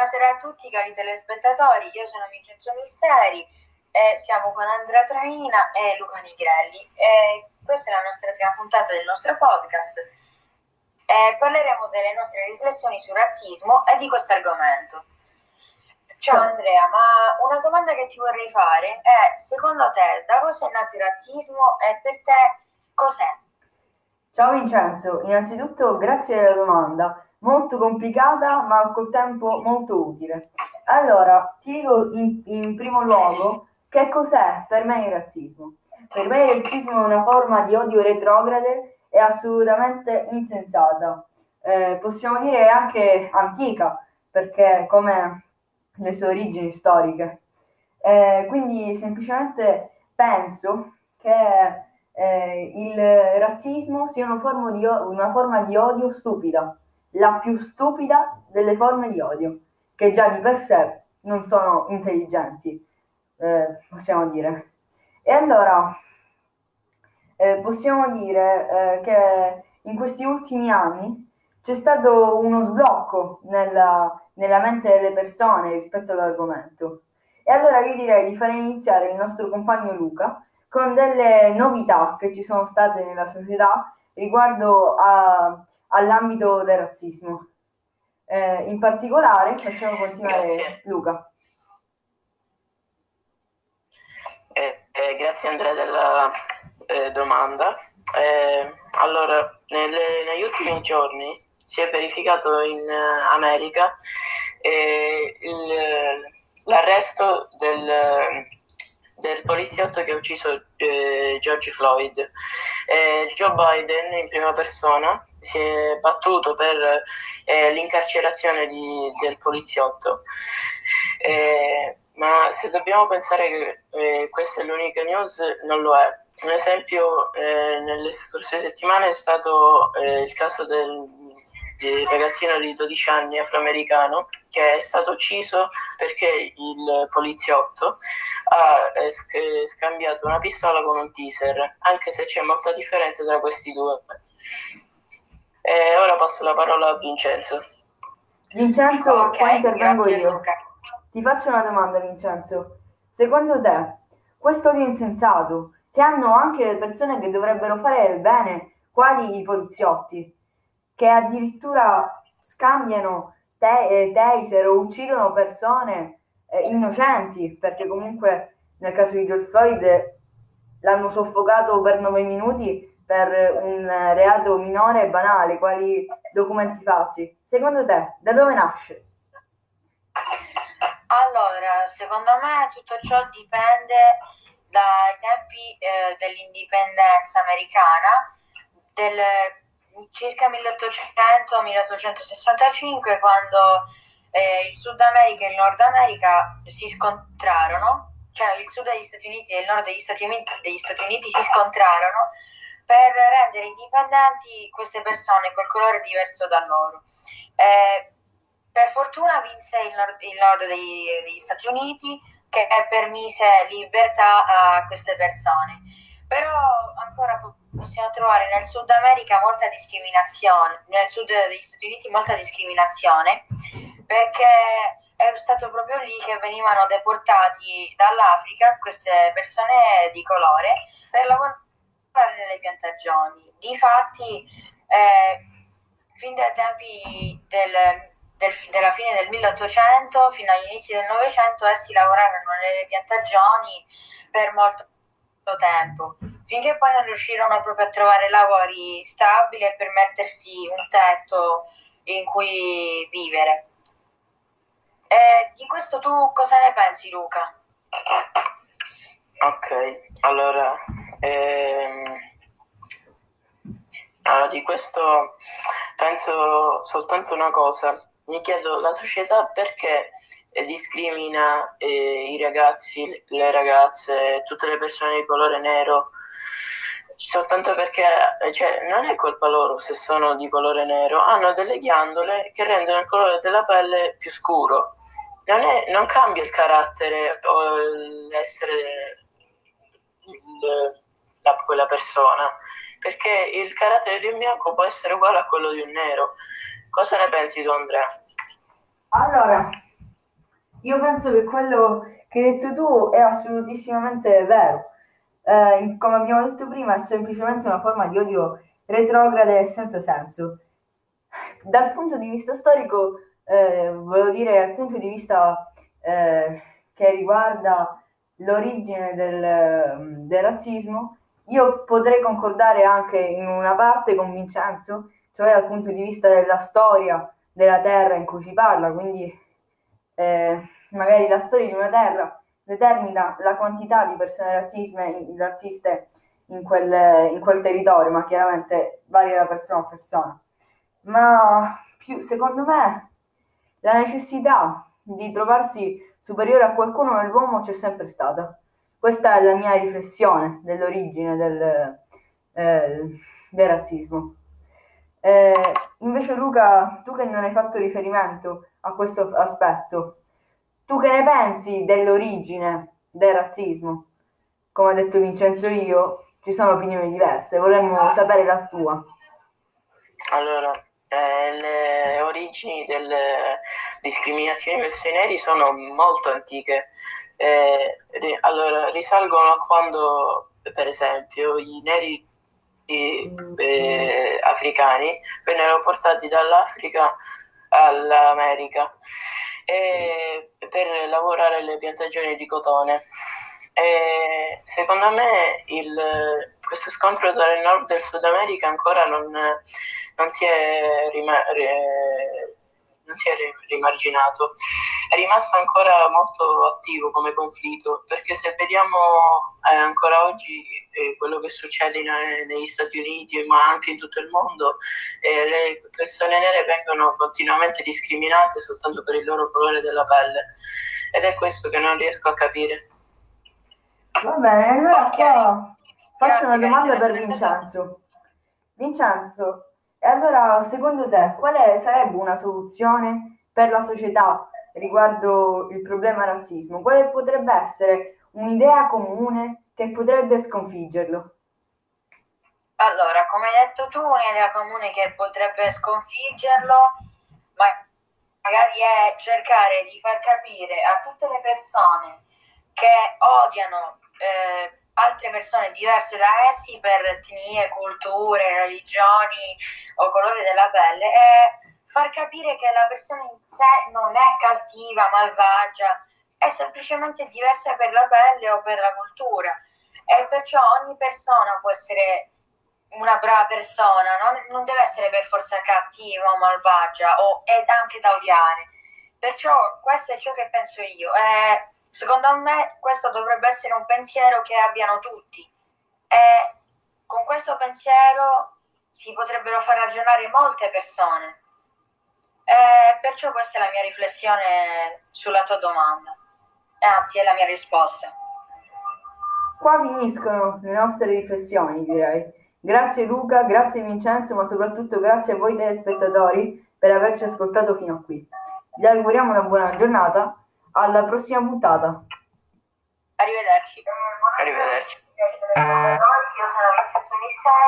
Buonasera a tutti cari telespettatori, io sono Vincenzo Misseri e siamo con Andrea Traina e Luca Nigrelli e questa è la nostra prima puntata del nostro podcast e parleremo delle nostre riflessioni sul razzismo e di questo argomento. Ciao Andrea, ma una domanda che ti vorrei fare è, secondo te, da cosa è nato il razzismo e per te cos'è? Ciao Vincenzo, innanzitutto grazie della domanda, molto complicata ma al contempo molto utile. Allora, ti dico in primo luogo che cos'è per me il razzismo. Per me il razzismo è una forma di odio retrograde e assolutamente insensata. Possiamo dire anche antica, perché come le sue origini storiche. Quindi semplicemente penso che il razzismo sia una forma di odio stupida, la più stupida delle forme di odio, che già di per sé non sono intelligenti, possiamo dire. E allora possiamo dire che in questi ultimi anni c'è stato uno sblocco nella mente delle persone rispetto all'argomento. E allora io direi di fare iniziare il nostro compagno Luca con delle novità che ci sono state nella società riguardo all'ambito del razzismo. In particolare, facciamo continuare Luca. Grazie Andrea della domanda. Allora, negli ultimi giorni si è verificato in America l'arresto del poliziotto che ha ucciso George Floyd. Joe Biden in prima persona si è battuto per l'incarcerazione del poliziotto. Ma se dobbiamo pensare che questa è l'unica news, non lo è. Un esempio, nelle scorse settimane è stato il caso del ragazzino di 12 anni afroamericano che è stato ucciso perché il poliziotto ha scambiato una pistola con un taser, anche se c'è molta differenza tra questi due. Ora passo la parola a Vincenzo. Vincenzo, qua intervengo io. Luca. Ti faccio una domanda, Vincenzo. Secondo te, questo odio insensato, che hanno anche le persone che dovrebbero fare il bene, quali i poliziotti, che addirittura scambiano taser o uccidono persone innocenti, perché comunque nel caso di George Floyd l'hanno soffocato per 9 minuti per un reato minore e banale, quali documenti falsi. Secondo te, da dove nasce? Allora, secondo me tutto ciò dipende dai tempi dell'indipendenza americana, del circa 1800-1865, quando il Sud America e il Nord America si scontrarono, cioè il Sud degli Stati Uniti e il Nord degli Stati Uniti si scontrarono per rendere indipendenti queste persone col colore diverso da loro. Per fortuna vinse il nord degli Stati Uniti, che permise libertà a queste persone. Però ancora possiamo trovare nel Sud America molta discriminazione, nel Sud degli Stati Uniti molta discriminazione, perché è stato proprio lì che venivano deportati dall'Africa queste persone di colore per lavorare nelle piantagioni. Difatti, fin dai tempi della fine del 1800 fino agli inizi del Novecento essi lavorarono nelle piantagioni per molto tempo, finché poi non riuscirono proprio a trovare lavori stabili e permettersi un tetto in cui vivere. Di questo tu cosa ne pensi, Luca? Ok, allora di questo penso soltanto una cosa. Mi chiedo, la società perché discrimina i ragazzi, le ragazze, tutte le persone di colore nero, soltanto perché non è colpa loro se sono di colore nero, hanno delle ghiandole che rendono il colore della pelle più scuro. Non cambia il carattere o l'essere quella persona, perché il carattere di un bianco può essere uguale a quello di un nero. Cosa ne pensi tu, Andrea? Allora, Io penso che quello che hai detto tu è assolutissimamente vero. Come abbiamo detto prima, è semplicemente una forma di odio retrograda e senza senso. Dal punto di vista storico, volevo dire, dal punto di vista che riguarda l'origine del razzismo, io potrei concordare anche in una parte con Vincenzo, cioè dal punto di vista della storia della terra in cui si parla, quindi magari la storia di una terra determina la quantità di persone razziste in quel territorio, ma chiaramente varia da persona a persona. Ma secondo me la necessità di trovarsi superiore a qualcuno nell'uomo c'è sempre stata. Questa è la mia riflessione dell'origine del razzismo. Invece Luca, tu che non hai fatto riferimento a questo aspetto, tu che ne pensi dell'origine del razzismo? Come ha detto Vincenzo io, ci sono opinioni diverse, vorremmo sapere la tua. Allora, le origini delle discriminazioni verso i neri sono molto antiche. Allora, risalgono a quando, per esempio, i neri africani vennero portati dall'Africa all'America per lavorare alle piantagioni di cotone. Secondo me questo scontro tra il Nord e il Sud America ancora non si è rimarginato, è rimasto ancora molto attivo come conflitto, perché se vediamo ancora oggi quello che succede negli Stati Uniti, ma anche in tutto il mondo, le persone nere vengono continuamente discriminate soltanto per il loro colore della pelle, ed è questo che non riesco a capire. Va bene, allora qua faccio una domanda per Vincenzo. Vincenzo, e allora secondo te quale sarebbe una soluzione per la società riguardo il problema razzismo? Quale potrebbe essere un'idea comune che potrebbe sconfiggerlo? Allora, come hai detto tu, un'idea comune che potrebbe sconfiggerlo, magari è cercare di far capire a tutte le persone che odiano altre persone diverse da essi per etnie, culture, religioni o colore della pelle, e far capire che la persona in sé non è cattiva, malvagia, è semplicemente diversa per la pelle o per la cultura, e perciò ogni persona può essere una brava persona, non deve essere per forza cattiva o malvagia ed anche da odiare. Perciò questo è ciò che penso io. Secondo me questo dovrebbe essere un pensiero che abbiano tutti, e con questo pensiero si potrebbero far ragionare molte persone. Perciò questa è la mia riflessione sulla tua domanda, anzi è la mia risposta. Qua finiscono le nostre riflessioni, direi. Grazie Luca, grazie Vincenzo, ma soprattutto grazie a voi telespettatori per averci ascoltato fino a qui. Vi auguriamo una buona giornata, alla prossima puntata. Arrivederci. Arrivederci. Io sono Vincenzo Missai.